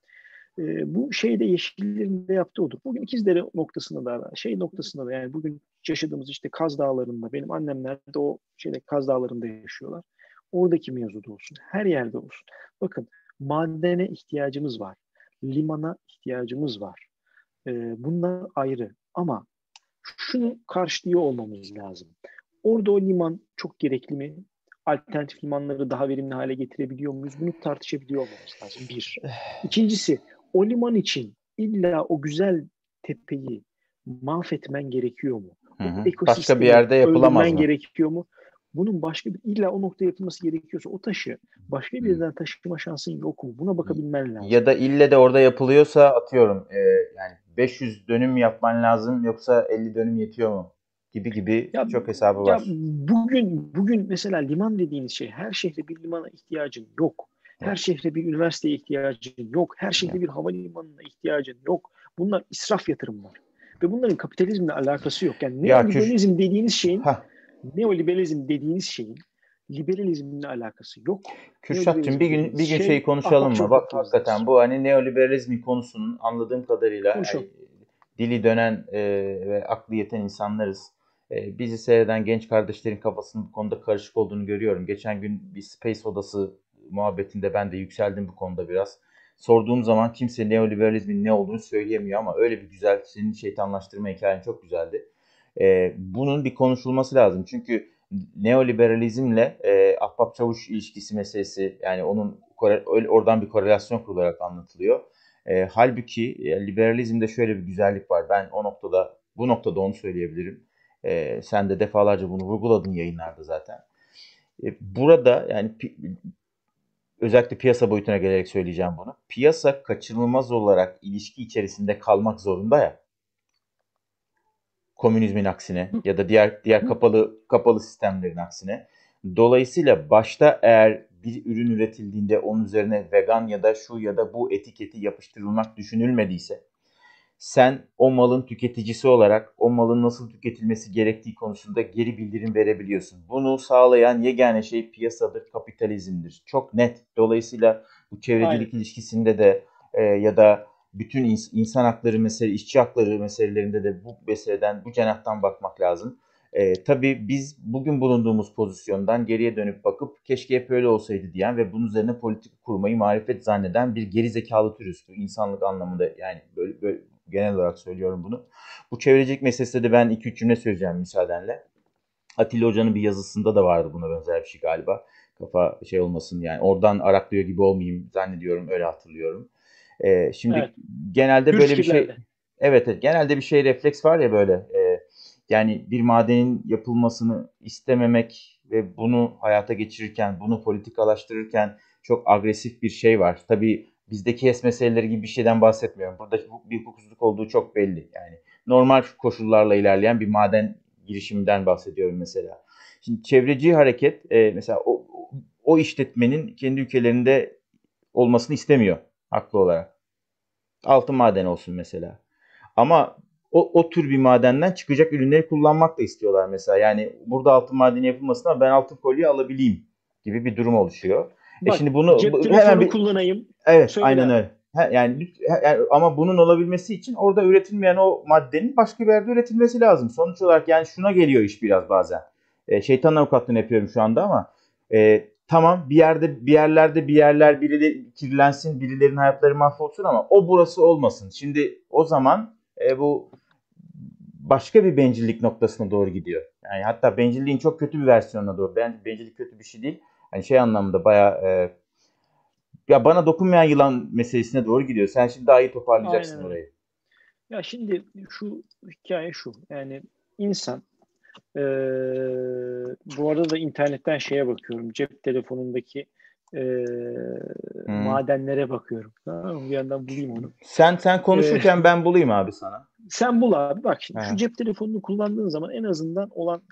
Bu şeyde yeşillerin de yaptığı odur. Bugün İkizdere noktasında da şey noktasında da yani bugün yaşadığımız işte Kaz Dağları'nda benim annemler de o şeyde Kaz Dağları'nda yaşıyorlar. Oradaki mevzuda olsun. Her yerde olsun. Bakın madene ihtiyacımız var. Limana ihtiyacımız var. Bunlar ayrı. Ama şunu karşılıyor olmamız lazım. Orada o liman çok gerekli mi? Alternatif limanları daha verimli hale getirebiliyor muyuz? Bunu tartışabiliyor olmamız lazım. Bir. İkincisi, o liman için illa o güzel tepeyi mahvetmen gerekiyor mu? Hı O hı. Başka bir ekosistemi yerde yapılamaz öldürmen mı? gerekiyor mu? Bunun başka bir illa o noktaya yapılması gerekiyorsa o taşı başka bir Hı. yerden taşıma şansın yok mu? Buna bakabilmen lazım. Ya da ille de orada yapılıyorsa, atıyorum, yani 500 dönüm yapman lazım, yoksa 50 dönüm yetiyor mu? Gibi Ya çok hesabı ya var. bugün mesela liman dediğiniz şey her şehre bir limana ihtiyacın yok. Her Yok. şehre bir üniversiteye ihtiyacın yok. Her şehre bir Yok. havalimanına ihtiyacın yok. Bunlar israf yatırımlar. Ve bunların kapitalizmle alakası yok. Yani Ya ha, neoliberalizm dediğiniz şeyin liberalizmle alakası yok. Kürşat'cığım Neoliberalizm bir dediğiniz gün şeyi şey konuşalım ahbap mı? çavuş Bak hakikaten kapitalizmidir. bu hani neoliberalizmin konusunun anladığım kadarıyla Konuşalım. dili dönen ve aklı yeten insanlarız. Bizi seyreden genç kardeşlerin kafasının bu konuda karışık olduğunu görüyorum. Geçen gün bir Space Odası muhabbetinde ben de yükseldim bu konuda biraz. Sorduğum zaman kimse neoliberalizmin ne olduğunu söyleyemiyor ama öyle bir güzel, senin şeytanlaştırma hikayen çok güzeldi. Bunun bir konuşulması lazım. Çünkü neoliberalizmle ahbap çavuş ilişkisi meselesi, yani onun oradan bir korelasyon kurularak anlatılıyor. Halbuki liberalizmde şöyle bir güzellik var. Ben bu noktada onu söyleyebilirim. Sen de defalarca bunu vurguladın yayınlarda zaten. Burada yani özellikle piyasa boyutuna gelerek söyleyeceğim bunu. Piyasa kaçınılmaz olarak ilişki içerisinde kalmak zorunda ya. Komünizmin aksine ya da diğer kapalı sistemlerin aksine. Dolayısıyla başta eğer bir ürün üretildiğinde onun üzerine vegan ya da şu ya da bu etiketi yapıştırılmak düşünülmediyse, sen o malın tüketicisi olarak o malın nasıl tüketilmesi gerektiği konusunda geri bildirim verebiliyorsun. Bunu sağlayan yegane şey piyasadır, kapitalizmdir. Çok net. Dolayısıyla bu Aynen. çevrecilik ilişkisinde de ya da bütün insan hakları işçi hakları meselelerinde de bu meseleden, bu cenahtan bakmak lazım. Tabii biz bugün bulunduğumuz pozisyondan geriye dönüp bakıp keşke hep öyle olsaydı diyen ve bunun üzerine politik kurmayı marifet zanneden bir geri zekalı türüz. Bu insanlık anlamında, yani böyle genel olarak söylüyorum bunu. Bu çevrecilik meselesinde de ben 2-3 cümle söyleyeceğim müsaadenle. Atilla Hoca'nın bir yazısında da vardı buna benzer bir şey galiba. Kafa şey olmasın, yani oradan araklıyor gibi olmayayım zannediyorum, öyle hatırlıyorum. Şimdi Evet. genelde Hür böyle bir şey, fikirlerde. evet, genelde bir şey refleks var ya böyle, yani bir madenin yapılmasını istememek ve bunu hayata geçirirken, bunu politikalaştırırken çok agresif bir şey var. Tabii bizdeki HES meseleleri gibi bir şeyden bahsetmiyorum. Burada bir hukuksuzluk olduğu çok belli. Yani normal koşullarla ilerleyen bir maden girişiminden bahsediyorum mesela. Şimdi çevreci hareket mesela o işletmenin kendi ülkelerinde olmasını istemiyor haklı olarak. Altın madeni olsun mesela. Ama o tür bir madenden çıkacak ürünleri kullanmak da istiyorlar mesela. Yani burada altın madeni yapılmasın ama ben altın kolye alabileyim gibi bir durum oluşuyor. Bak, Şimdi bunu cep hemen telefonu bir, kullanayım. evet, Söyle aynen abi. öyle. Yani ama bunun olabilmesi için orada üretilmeyen o maddenin başka bir yerde üretilmesi lazım. Sonuç olarak yani şuna geliyor iş biraz bazen. Şeytan avukatlığını yapıyorum şu anda ama tamam, bir yerlerde bir yerler birileri kirlensin, birilerinin hayatları mahvolsun ama o burası olmasın. Şimdi o zaman bu başka bir bencillik noktasına doğru gidiyor. Yani hatta bencilliğin çok kötü bir versiyonuna doğru. Bencillik kötü bir şey değil. Hani şey anlamda bayağı ya bana dokunmayan yılan meselesine doğru gidiyor. Sen şimdi daha iyi Aynen toparlayacaksın öyle. orayı. Ya şimdi şu hikaye şu. Yani insan eee, bu arada da internetten şeye bakıyorum. Cep telefonundaki eee, Hı. madenlere bakıyorum. Tamam mı? Bir yandan bulayım onu. Sen Eee, konuşurken ben bulayım abi sana. sen bul abi. Bak şimdi şu Aha. cep telefonunu kullandığın zaman en azından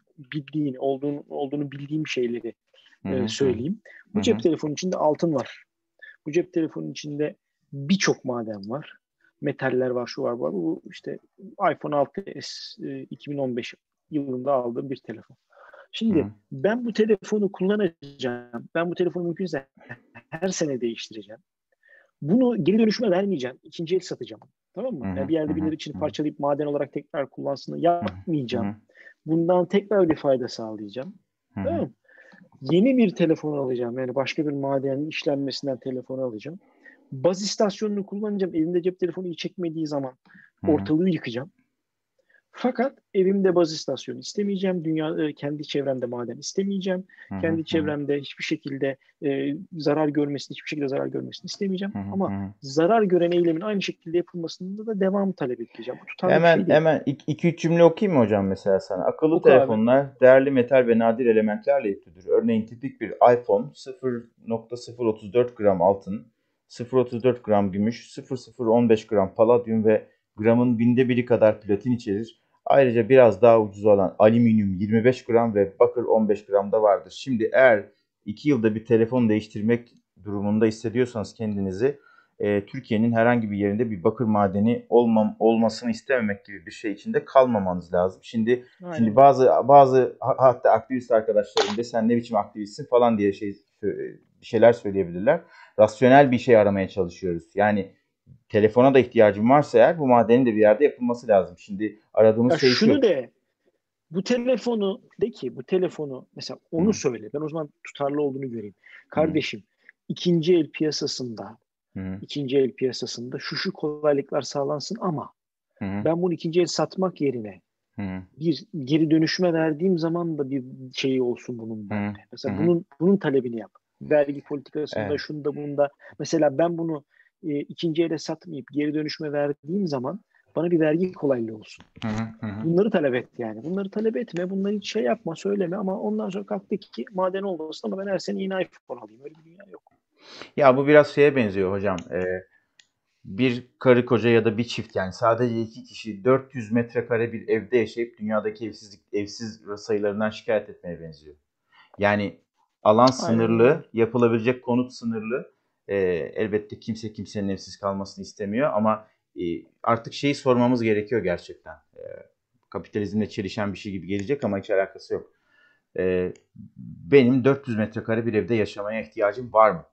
olduğunu bildiğim şeyleri Hı hı hı söyleyeyim. hı Bu cep hı telefonun içinde altın var. Bu cep telefonun içinde birçok maden var. Metaller var, şu var, bu var. Bu işte iPhone 6s 2015 yılında aldığım bir telefon. Şimdi hı ben bu telefonu kullanacağım. Ben bu telefonu mümkünse her sene değiştireceğim. Bunu geri dönüşüme vermeyeceğim. İkinci el satacağım. Tamam hı mı? Yani hı bir yerde hı birileri için hı parçalayıp maden olarak tekrar kullansın hı yapmayacağım. hı Bundan tekrar bir fayda sağlayacağım. hı Tamam hı. mı? Yeni bir telefon alacağım. Yani başka bir madenin işlenmesinden telefonu alacağım. Baz istasyonunu kullanacağım. Elimde cep telefonu iyi çekmediği zaman Hı ortalığı yıkacağım. Fakat evimde baz istasyonu istemeyeceğim. Kendi çevremde maden istemeyeceğim. hı Kendi hı çevremde hiçbir şekilde hiçbir şekilde zarar görmesini istemeyeceğim. hı Ama hı. zarar gören eylemin aynı şekilde yapılmasında da devam talep edeceğim. Bu tutarlı bir Hemen şey değil. hemen iki üç cümle okuyayım mı hocam mesela sana? Akıllı Oku abi. telefonlar değerli metal ve nadir elementlerle yüklüdür. Örneğin tipik bir iPhone 0,034 gram altın, 0,34 gram gümüş, 0,015 gram paladyum ve gramın binde biri kadar platin içerir. Ayrıca biraz daha ucuz olan alüminyum 25 gram ve bakır 15 gram da vardır. Şimdi eğer 2 yılda bir telefon değiştirmek durumunda hissediyorsanız kendinizi, Türkiye'nin herhangi bir yerinde bir bakır madeni olmasını istememek gibi bir şey içinde kalmamanız lazım. Şimdi Aynen öyle. bazı hatta aktivist arkadaşlarım da sen ne biçim aktivistsin falan diye bir şeyler söyleyebilirler. Rasyonel bir şey aramaya çalışıyoruz. Yani telefona da ihtiyacım varsa eğer bu madenin de bir yerde yapılması lazım. Şimdi aradığımız Ya şey şunu şu. de, bu telefonu mesela Hı onu söyle. Ben o zaman tutarlı olduğunu göreyim. hı Kardeşim, ikinci el piyasasında hı ikinci el piyasasında şu kolaylıklar sağlansın ama hı ben bunu ikinci el satmak yerine hı bir geri dönüşüme verdiğim zaman da bir şey olsun bunun hı bende. hı Mesela hı. bunun talebini yap. Vergi politikasında Evet. şunda bunda. Mesela ben bunu ikinci ele satmayıp geri dönüşüme verdiğim zaman bana bir vergi kolaylığı olsun. Hı hı hı. Bunları talep et yani. Bunları talep etme. Bunları hiç şey yapma, söyleme ama ondan sonra kalktı ki maden olmasın ama ben her sene yine iPhone alayım. Öyle bir dünya yok. Ya bu biraz şeye benziyor hocam. Bir karı koca ya da bir çift yani sadece iki kişi 400 metrekare bir evde yaşayıp dünyadaki evsiz sayılarından şikayet etmeye benziyor. Yani alan Aynen öyle. sınırlı, yapılabilecek konut sınırlı. Elbette kimse kimsenin evsiz kalmasını istemiyor ama artık şeyi sormamız gerekiyor gerçekten. Kapitalizmle çelişen bir şey gibi gelecek ama hiç alakası yok. Benim 400 metrekare bir evde yaşamaya ihtiyacım var mı?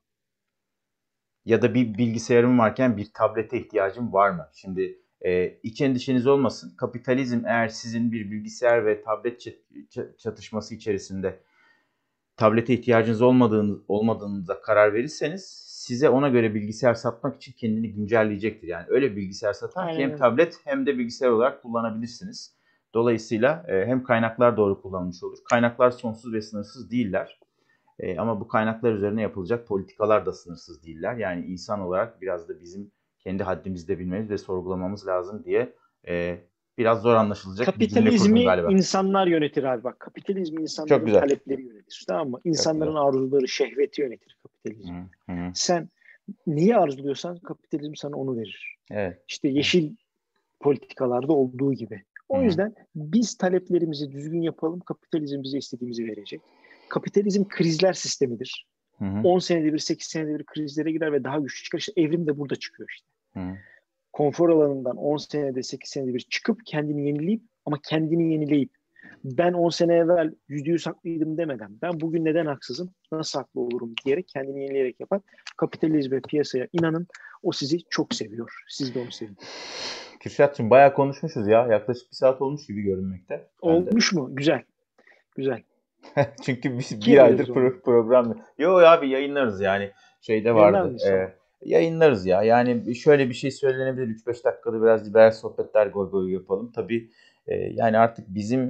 Ya da bir bilgisayarım varken bir tablete ihtiyacım var mı? Şimdi iç endişeniz olmasın. Kapitalizm eğer sizin bir bilgisayar ve tablet çatışması içerisinde tablete ihtiyacınız olmadığınıza karar verirseniz size ona göre bilgisayar satmak için kendini güncelleyecektir. Yani öyle bir bilgisayar satar ki Aynen hem öyle. tablet hem de bilgisayar olarak kullanabilirsiniz. Dolayısıyla hem kaynaklar doğru kullanılmış olur. Kaynaklar sonsuz ve sınırsız değiller. Ama bu kaynaklar üzerine yapılacak politikalar da sınırsız değiller. Yani insan olarak biraz da bizim kendi haddimizde bilmemiz ve sorgulamamız lazım diye e, biraz zor anlaşılacak bir cümle kurdum Kapitalizmi galiba. insanlar yönetir abi bak. Kapitalizmi Çok insanların güzel. talepleri yönetir. Tamam mı? Çok güzel. İnsanların arzuları, şehveti yönetir Hı kapitalizm. hı. Sen neyi arzuluyorsan kapitalizm sana onu verir. Evet. İşte Evet. yeşil politikalarda olduğu gibi. Hı O hı. yüzden biz taleplerimizi düzgün yapalım. Kapitalizm bize istediğimizi verecek. Kapitalizm krizler sistemidir. Hı hı. 10 senede bir, 8 senede bir krizlere girer ve daha güçlü çıkar. İşte evrim de burada çıkıyor işte. Hı hı. Konfor alanından 10 senede 8 senede bir çıkıp kendini yenileyip ama kendini yenileyip ben 10 sene evvel %100 haklıydım demeden ben bugün neden haksızım, nasıl haklı olurum diyerek kendini yenileyerek yapan kapitalizm ve piyasaya inanın o sizi çok seviyor. Siz de onu sevin. Kürşat'cığım bayağı konuşmuşuz ya. Yaklaşık bir saat olmuş gibi görünmekte bende. Olmuş mu? Güzel. Güzel. Çünkü biz İki bir aydır yapacağız onu. program. Yo abi yayınlarız yani. Şeyde Yayınlar vardı. mıyız? Tamam. Yayınlarız ya. Yani şöyle bir şey söylenebilir. 3-5 dakikada biraz liberal sohbetler goy goy yapalım. Tabii yani artık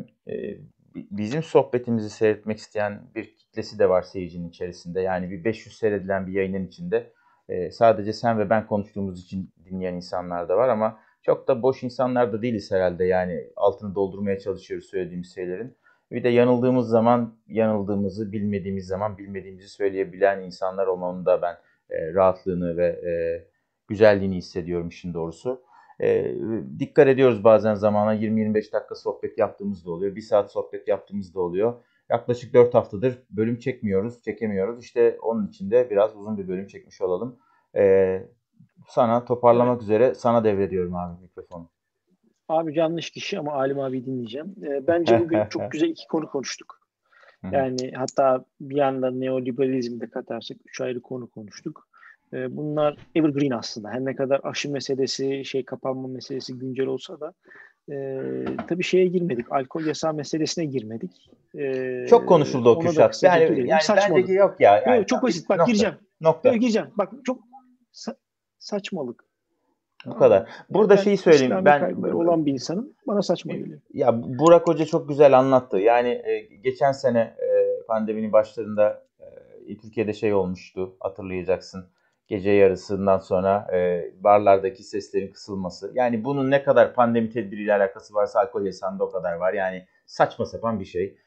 bizim sohbetimizi seyretmek isteyen bir kitlesi de var seyircinin içerisinde. Yani bir 500 seyredilen bir yayının içinde sadece sen ve ben konuştuğumuz için dinleyen insanlar da var ama çok da boş insanlar da değiliz herhalde. Yani altını doldurmaya çalışıyoruz söylediğimiz şeylerin. Bir de yanıldığımız zaman yanıldığımızı, bilmediğimiz zaman bilmediğimizi söyleyebilen insanlar olmanın da ben rahatlığını ve güzelliğini hissediyorum işin doğrusu. Dikkat ediyoruz bazen zamana 20-25 dakika sohbet yaptığımız da oluyor. Bir saat sohbet yaptığımız da oluyor. Yaklaşık 4 haftadır bölüm çekemiyoruz. İşte onun için de biraz uzun bir bölüm çekmiş olalım. E, Sana Evet. toparlamak üzere sana devrediyorum abi mikrofonu. Abi yanlış kişi ama Alim abi dinleyeceğim. Bence bugün çok güzel iki konu konuştuk. Yani hatta bir yandan neoliberalizmi de katarsak üç ayrı konu konuştuk. Bunlar evergreen aslında. Her ne kadar aşı meselesi, kapanma meselesi güncel olsa da tabii şeye girmedik. Alkol yasağı meselesine girmedik. Çok konuşuldu o Ona da Kürşat. kısaca girelim. Yani bence ki Saçmalık. yok ya. Yani Yok çok basit. Bak nokta. gireceğim. Yok Nokta. gireceğim. Bak çok saçmalık. Bu Tamam kadar. mı? Yani Burada ben şeyi söyleyeyim. İslami kaygıları olan bir insanım. Bana saçma geliyor. Ya Burak Hoca çok güzel anlattı. Yani geçen sene pandeminin başlarında Türkiye'de şey olmuştu. Hatırlayacaksın. Gece yarısından sonra barlardaki seslerin kısılması. Yani bunun ne kadar pandemi tedbiriyle alakası varsa alkol yasağında o kadar var. Yani saçma sapan bir şey.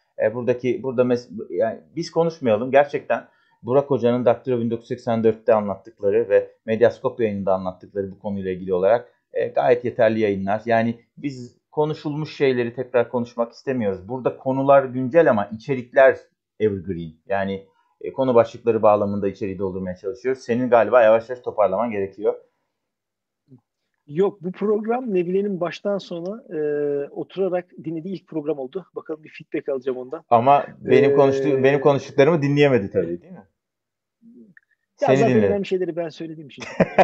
Yani biz konuşmayalım. Gerçekten Burak Hoca'nın Daktilo 1984'te anlattıkları ve Medyaskop yayınında anlattıkları bu konuyla ilgili olarak gayet yeterli yayınlar. Yani biz konuşulmuş şeyleri tekrar konuşmak istemiyoruz. Burada konular güncel ama içerikler evergreen. Yani konu başlıkları bağlamında içeriği doldurmaya çalışıyoruz. Senin galiba yavaş yavaş toparlaman gerekiyor. Yok, bu program Nebile'nin baştan sona oturarak dinlediği ilk program oldu. Bakalım bir feedback alacağım ondan. Ama benim E, konuştuklarımı dinleyemedi tabii, değil mi? Ya Seni zaten dinle. önemli şeyleri ben söylediğim için.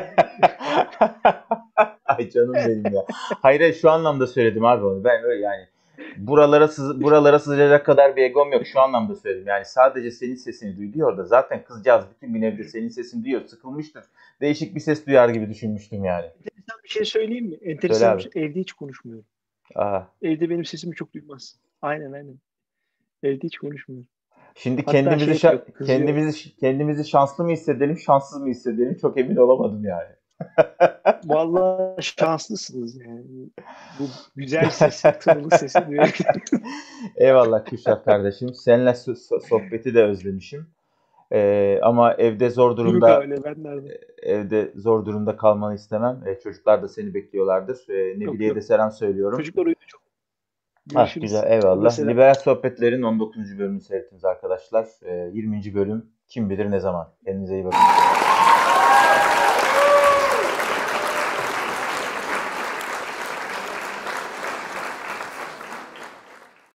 Ay canım benim ya. Hayır, hayır, şu anlamda söyledim abi onu. Ben öyle yani buralara sızacak kadar bir egom yok. Şu anlamda söyledim. Yani sadece senin sesini duyuyor orada. Zaten kızcağız bütün gün evde senin sesini duyuyor. Sıkılmıştır. Değişik bir ses duyar gibi düşünmüştüm yani. Enteresan bir şey söyleyeyim mi? Söyle Enteresan bir abi. şey. Evde hiç konuşmuyorum. Aha. Evde benim sesimi çok duymaz. Aynen aynen. Evde hiç konuşmuyorum. Şimdi Hatta şey yapıyor, kızıyor. kendimizi şanslı mı hissedelim, şanssız mı hissedelim çok emin olamadım yani. Vallahi şanslısınız yani. Bu güzel sesi, tınılı sesi duyabilirsiniz. Eyvallah Kürşat kardeşim. Seninle sohbeti de özlemişim. Ama Yok öyle ben nerede? evde zor durumda kalmanı istemem. Çocuklar da seni bekliyorlardır. Yok Nebile'ye de yok. selam söylüyorum. Çocuklar uyudu çok. Ah, güzel, Görüşürüz. O da eyvallah. selam. Liberal Sohbetler'in 19. bölümünü seyrettiniz arkadaşlar. 20. bölüm kim bilir ne zaman. Kendinize iyi bakın.